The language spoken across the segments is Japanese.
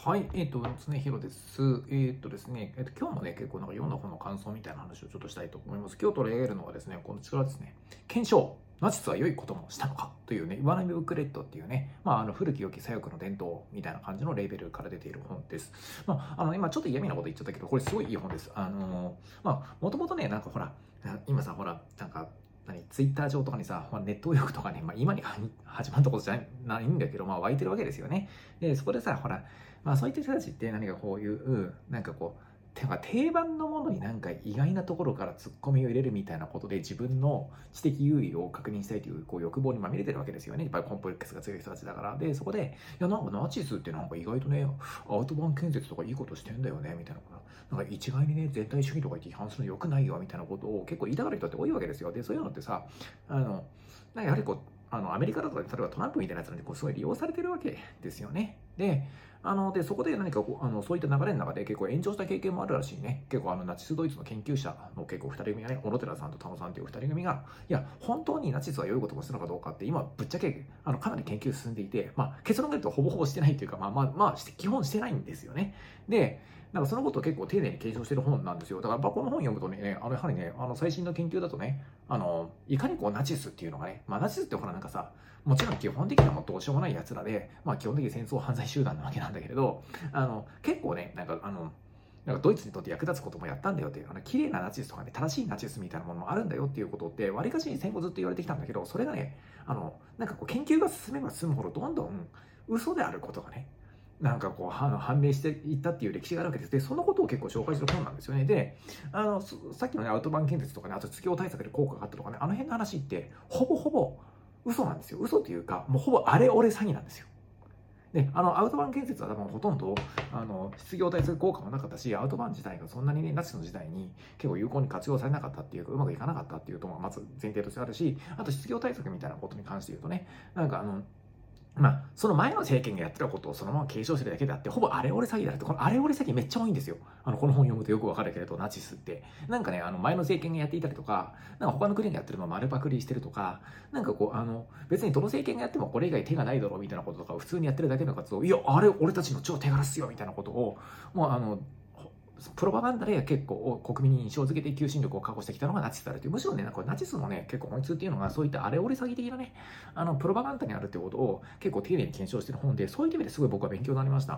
はい、常広です。ですね、今日もね、結構なんか読んだ本の感想みたいな話をちょっとしたいと思います。今日取り上げるのはですね、こちらですね、検証、ナチスは良いこともしたのかというね、岩波ブックレットっていうね、古き良き左翼の伝統みたいな感じのレーベルから出ている本です。今ちょっと嫌味なこと言っちゃったけど、これすごいいい本です。もともとね、なんかほら、今さ、ほら、なんか、ツイッター上とかにさ、ネット右翼とかね、今に始まったことじゃないんだけど、湧いてるわけですよね。で、そこでさ、ほら、そういった人たちって何かこういう、なんかこう、定番のものになんか意外なところからツッコミを入れるみたいなことで自分の知的優位を確認したいというこう欲望にまみれてるわけですよね。やっぱりコンプレックスが強い人たちだから。で、そこで、いやなんかナチスってなんか意外とね、アウトバーン建設とかいいことしてんだよね、みたいなこと。なんか一概にね、全体主義とか言って批判するの良くないよ、みたいなことを結構言いたがる人って多いわけですよ。で、そういうのってさ、やはりこう、アメリカだとか、例えばトランプみたいなやつなんで、こう、すごい利用されてるわけですよね。で、そこで何かこう、そういった流れの中で結構炎上した経験もあるらしいね。結構ナチスドイツの研究者の結構2人組がね、小野寺さんと田野さんという2人組が、いや、本当にナチスは良いこともしたのかどうかって、今、ぶっちゃけ、かなり研究進んでいて、結論から言うとほぼほぼしてないというか、基本してないんですよね。で、なんかそのことを結構丁寧に検証してる本なんですよ。だから、この本読むとね、やはりね、最新の研究だとね、いかにこうナチスっていうのがね、ナチスってほらなんかさ、もちろん基本的にはもうどうしようもない奴らで、基本的に戦争犯罪集団なわけなんだけれど、結構ね、なんかドイツにとって役立つこともやったんだよっていう、綺麗なナチスとかね、正しいナチスみたいなものもあるんだよっていうことって、わりかし戦後ずっと言われてきたんだけど、それがね、なんかこう研究が進めば進むほど、どんどん嘘であることがね、なんかこう判明していったっていう歴史があるわけです。で、そのことを結構紹介する本なんですよね。で、さっきのね、アウトバーン建設とかね、あと失業対策で効果があったとかね、あの辺の話って、ほぼほぼ嘘なんですよ。嘘っていうか、もうほぼあれ俺詐欺なんですよ。で、アウトバーン建設は多分ほとんど、失業対策効果もなかったし、アウトバーン自体がそんなにね、ナチスの時代に結構有効に活用されなかったっていうか、うまくいかなかったっていうと、まず前提としてあるし、あと失業対策みたいなことに関して言うとね、なんかその前の政権がやってたことをそのまま継承してるだけであって、ほぼあれ俺詐欺だって、このあれ俺詐欺めっちゃ多いんですよ。この本読むとよくわかるけれど、ナチスって。なんかね、前の政権がやっていたりとか、なんか他の国がやってるのを丸パクリしてるとか、なんかこう、別にどの政権がやってもこれ以外手がないだろうみたいなこととかを普通にやってるだけの活動、いや、あれ俺たちの超手柄っすよみたいなことを、もうプロパガンダで結構国民に印象づけて求心力を確保してきたのがナチスだという。むしろね、なんかナチスのね、結構本質っていうのがそういったあれ俺詐欺的なね、プロパガンダにあるってことを結構丁寧に検証してる本で、そういう意味ですごい僕は勉強になりました。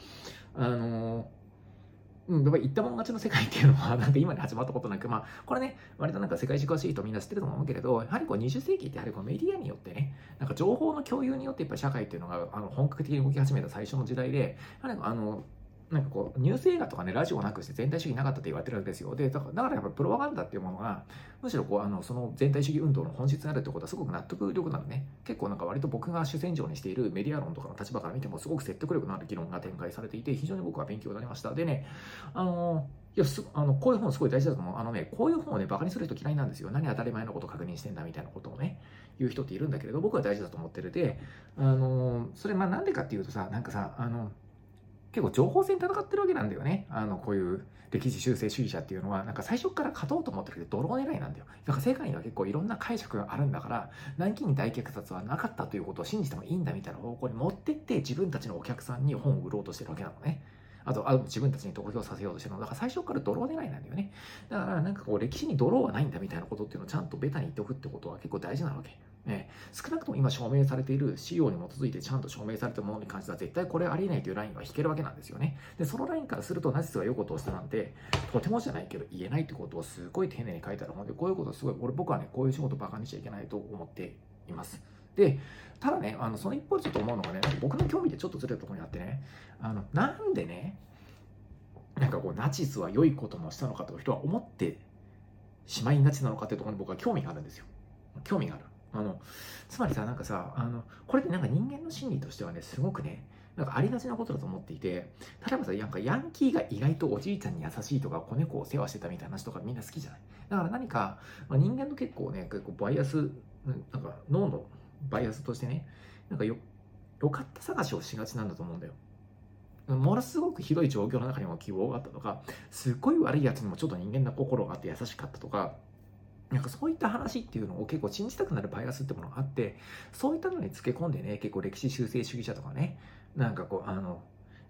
やっぱり言ったもん勝ちの世界っていうのは、なんか今に始まったことなく、これね、割となんか世界史詳しいとみんな知ってると思うけれど、やはりこう20世紀ってやはりこうメディアによってね、なんか情報の共有によってやっぱり社会っていうのが本格的に動き始めた最初の時代で、やはりなんかこうニュース映画とかね、ラジオなくして全体主義なかったって言われてるわけですよ。で、だからやっぱりプロパガンダっていうものが、むしろこうその全体主義運動の本質にあるってことはすごく納得力なのね。結構なんか割と僕が主戦場にしているメディア論とかの立場から見てもすごく説得力のある議論が展開されていて、非常に僕は勉強になりました。でね、いやこういう本すごい大事だと思う。こういう本をね、バカにする人嫌いなんですよ。何当たり前のことを確認してんだみたいなことをね、言う人っているんだけれど、僕は大事だと思ってるで、それなんでかっていうとさ、なんかさ、結構情報戦戦ってるわけなんだよね。こういう歴史修正主義者っていうのは、なんか最初から勝とうと思ってるけど、泥狙いなんだよ。なんか世界には結構いろんな解釈があるんだから、南京大虐殺はなかったということを信じてもいいんだみたいな方向に持ってって、自分たちのお客さんに本を売ろうとしてるわけなのね。あと自分たちに投票させようとしてるの。だから最初から泥狙いなんだよね。だからなんかこう歴史に泥はないんだみたいなことっていうのをちゃんとベタに言っておくってことは結構大事なわけ。少なくとも今証明されている資料に基づいてちゃんと証明されたものに関しては絶対これありえないというラインは引けるわけなんですよね。で、そのラインからするとナチスが良いことをしたなんてとてもじゃないけど言えないってことをすごい丁寧に書いてあるので、こういうことすごい僕はね、こういう仕事バカにしちゃいけないと思っています。で、ただね、その一方でちょっと思うのがね、僕の興味でちょっとずれたところにあってね、なんでね、なんかこうナチスは良いこともしたのかと人は思ってしまいがちなのかっていうところに僕は興味があるんですよ。興味がある。つまりさ、なんかさ、これってなんか人間の心理としてはね、すごくね、なんかありがちなことだと思っていて、例えばさ、なんかヤンキーが意外とおじいちゃんに優しいとか、子猫を世話してたみたいな話とかみんな好きじゃない。だから何か、人間の結構ね、結構バイアス、なんか脳のバイアスとしてね、なんか良かった探しをしがちなんだと思うんだよ。ものすごくひどい状況の中にも希望があったとか、すっごい悪いやつにもちょっと人間な心があって優しかったとか、なんかそういった話っていうのを結構信じたくなるバイアスってものがあって、そういったのにつけ込んでね、結構歴史修正主義者とかね、なんかこう、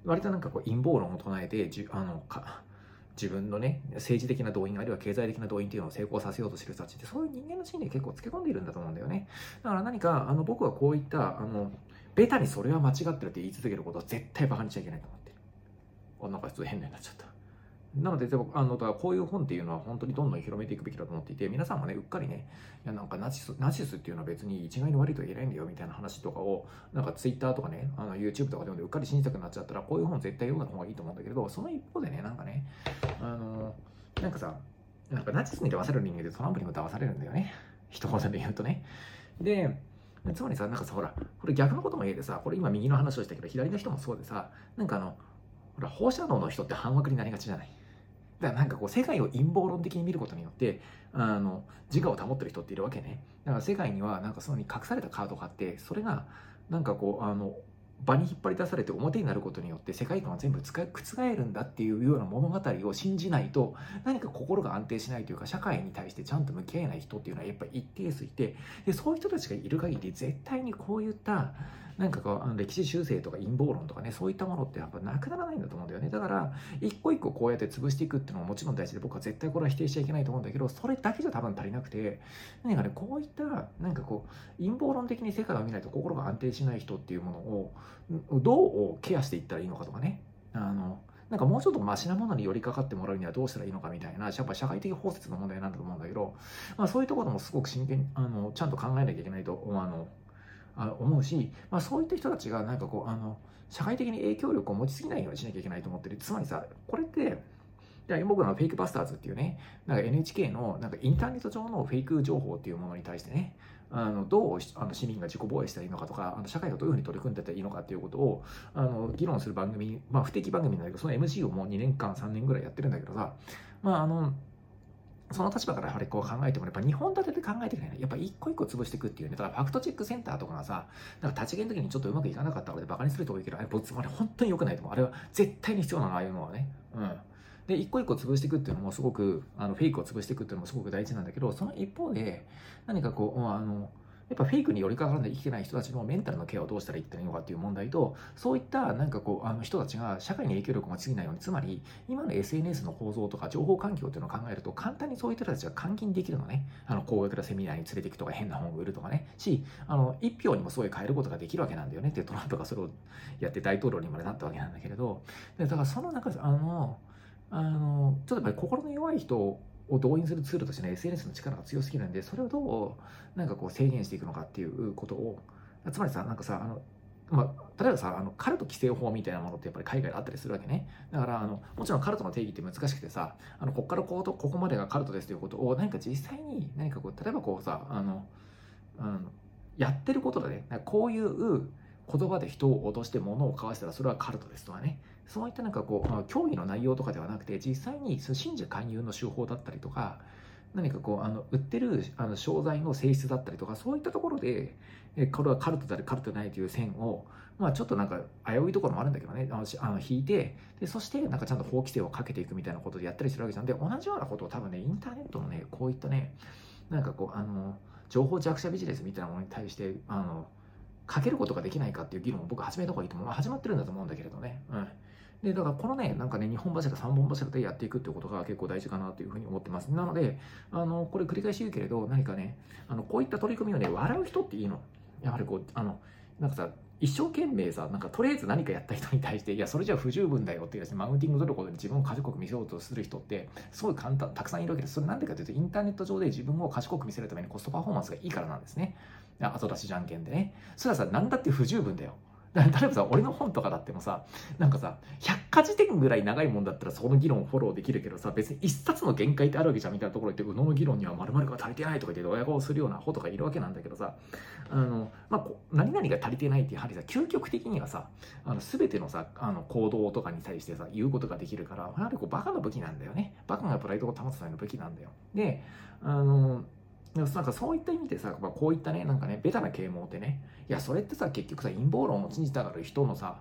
割となんかこう陰謀論を唱えて自分のね、政治的な動員あるいは経済的な動員っていうのを成功させようとしてる人たちって、そういう人間の心理に結構つけ込んでいるんだと思うんだよね。だから何か僕はこういったベタにそれは間違ってるって言い続けることは絶対バカにしちゃいけないと思ってる。なんかちょっと変なになっちゃった。なので、だからこういう本っていうのは本当にどんどん広めていくべきだと思っていて、皆さんもね、うっかりね、いやなんかナチスっていうのは別に一概に悪いとは言えないんだよみたいな話とかを、なんか Twitter とかね、YouTube とかでもうっかり信じたくなっちゃったら、こういう本絶対読んだ方がいいと思うんだけど、その一方でね、なんかね、なんかさ、なんかナチスに騙される人間でトランプにも騙されるんだよね。一言で言うとね。で、つまりさ、なんかさ、ほら、これ逆のことも言えてさ、これ今右の話をしたけど、左の人もそうでさ、なんかほら、放射能の人って半枠になりがちじゃない。だからなんかこう世界を陰謀論的に見ることによって自我を保ってる人っているわけね。だから世界にはなんかそのに隠されたカードがあって、それがなんかこう場に引っ張り出されて表になることによって世界観は全部覆るんだっていうような物語を信じないと、何か心が安定しないというか、社会に対してちゃんと向き合えない人っていうのはやっぱり一定数いて、でそういう人たちがいる限り絶対にこういったなんかこう歴史修正とか陰謀論とかね、そういったものってやっぱなくならないんだと思うんだよね。だから一個一個こうやって潰していくっていうのももちろん大事で、僕は絶対これは否定しちゃいけないと思うんだけど、それだけじゃ多分足りなくて、何かね、こういったなんかこう陰謀論的に世界を見ないと心が安定しない人っていうものをどうケアしていったらいいのかとかね、なんかもうちょっとマシなものに寄りかかってもらうにはどうしたらいいのかみたいな、やっぱ社会的包摂の問題なんだと思うんだけど、そういうところもすごく真剣にちゃんと考えなきゃいけないと思うし、そういった人たちがなんかこう社会的に影響力を持ちすぎないようにしなきゃいけないと思ってる。つまりさ、これって僕のフェイクバスターズっていうね、なんか NHK のなんかインターネット上のフェイク情報っていうものに対してね、どう市民が自己防衛したらいいのかとか、社会がどういうふうに取り組んでいったらいいのかっていうことを議論する番組、不定期番組なんだけど、その MC をもう2年間3年ぐらいやってるんだけどさ、その立場からやはりこう考えても、やっぱ2本立てで考えていかない。やっぱ一個一個潰していくっていうね。だからファクトチェックセンターとかがさ、なんか立ち上げの時にちょっとうまくいかなかったのでバカにすると多いけど、あれ本当に良くないと思う。あれは絶対に必要なの、ああいうのはね。で、一個一個潰していくっていうのもすごく、フェイクを潰していくっていうのもすごく大事なんだけど、その一方で、何かこう、やっぱフェイクに寄りかからないで生きてない人たちのメンタルのケアをどうしたらいいのかっていう問題と、そういったなんかこう人たちが社会に影響力を持ちすぎないように、つまり今の SNS の構造とか情報環境っていうのを考えると、簡単にそういった人たちが換金できるのね。高額なセミナーに連れていくとか変な本を売るとかね、一票にもすごい変えることができるわけなんだよね。でトランプがそれをやって大統領にまでなったわけなんだけれど、だからその中でちょっとやっぱり心の弱い人を動員するツールとしての SNS の力が強すぎるんで、それをどうなんかこう制限していくのかっていうことを、つまりさ、なんかさ、例えばさ、カルト規制法みたいなものってやっぱり海外であったりするわけね。だからもちろんカルトの定義って難しくてさ、ここからここまでがカルトですということを何か実際に何かこう、例えばこうさ、やってることでね、こういう言葉で人を脅して物を買わせたらそれはカルトですとかね、そういったなんかこう、教義の内容とかではなくて、実際に信者勧誘の手法だったりとか、何かこう売ってる商材の性質だったりとか、そういったところでこれはカルトであるカルトでないという線を、ちょっとなんか危ういところもあるんだけどね、引いて、でそしてなんかちゃんと法規制をかけていくみたいなことでやったりするわけじゃん。で同じようなことを多分ね、インターネットのね、こういったね、なんかこう情報弱者ビジネスみたいなものに対してかけることができないかっていう議論を僕は始めた方がいいと思う。始まってるんだと思うんだけれどね。で、だからこのね、なんかね、2本柱、3本柱でやっていくっていうことが結構大事かなというふうに思ってます。なので、これ繰り返し言うけれど、何かね、こういった取り組みをね、笑う人っていいの。やはりこう、なんかさ、一生懸命さ、なんかとりあえず何かやった人に対して、いや、それじゃ不十分だよっていうマウンティング取ることで自分を賢く見せようとする人って、すごいたくさんいるわけです。それなんでかというと、インターネット上で自分を賢く見せるためにコストパフォーマンスがいいからなんですね。後出しじゃんけんでね。それはさ、なんだって不十分だよ。例えばさ、俺の本とかだってもさ、なんかさ、100か辞典ぐらい長いもんだったらその議論をフォローできるけどさ、別に一冊の限界ってあるわけじゃんみたいなところで、宇野の議論には〇〇が足りてないとか言って親顔するような方とかいるわけなんだけどさ、何々が足りてないってやはりさ、究極的にはさ、全てのさ、行動とかに対してさ、言うことができるから、やはりこうバカの武器なんだよね。バカがプライドを保つための武器なんだよ。で、なんかそういった意味でさ、こういったね、なんかね、ベタな啓蒙ってね、いや、それってさ、結局さ、陰謀論を信じたがる人のさ、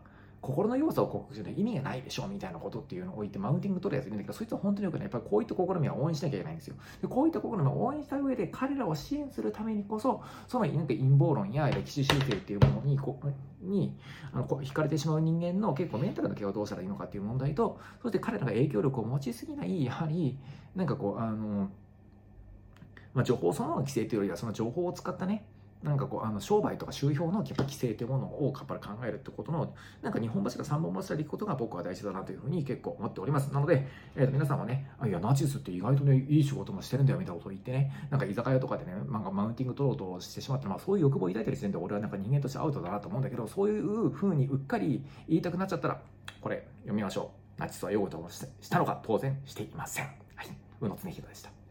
心の弱さを克服する意味がないでしょみたいなことっていうのを置いてマウンティング取るやついるんだけど、そいつは本当によくない。やっぱりこういった試みは応援しなきゃいけないんですよ。でこういった試みを応援した上で彼らを支援するためにこそ、そのなんか陰謀論や歴史修正っていうものに惹かれてしまう人間の結構メンタルのケアをどうしたらいいのかっていう問題と、そして彼らが影響力を持ちすぎない、やはりなんかこう情報そのものの規制というよりは、その情報を使ったね、なんかこう商売とか商標の規制というものをやっぱり考えるってことの、なんか2本柱3本柱でいくことが僕は大事だなというふうに結構思っております。なので、皆さんはね、いやナチスって意外とねいい仕事もしてるんだよみたいなことを言ってね、なんか居酒屋とかでね、なんかマウンティング取ろうとしてしまったら、そういう欲望を抱いてる時点で俺はなんか人間としてアウトだなと思うんだけど、そういうふうにうっかり言いたくなっちゃったら、これ読みましょう。ナチスは良いことをしたのか、当然していません。はい、宇野恒弘でした。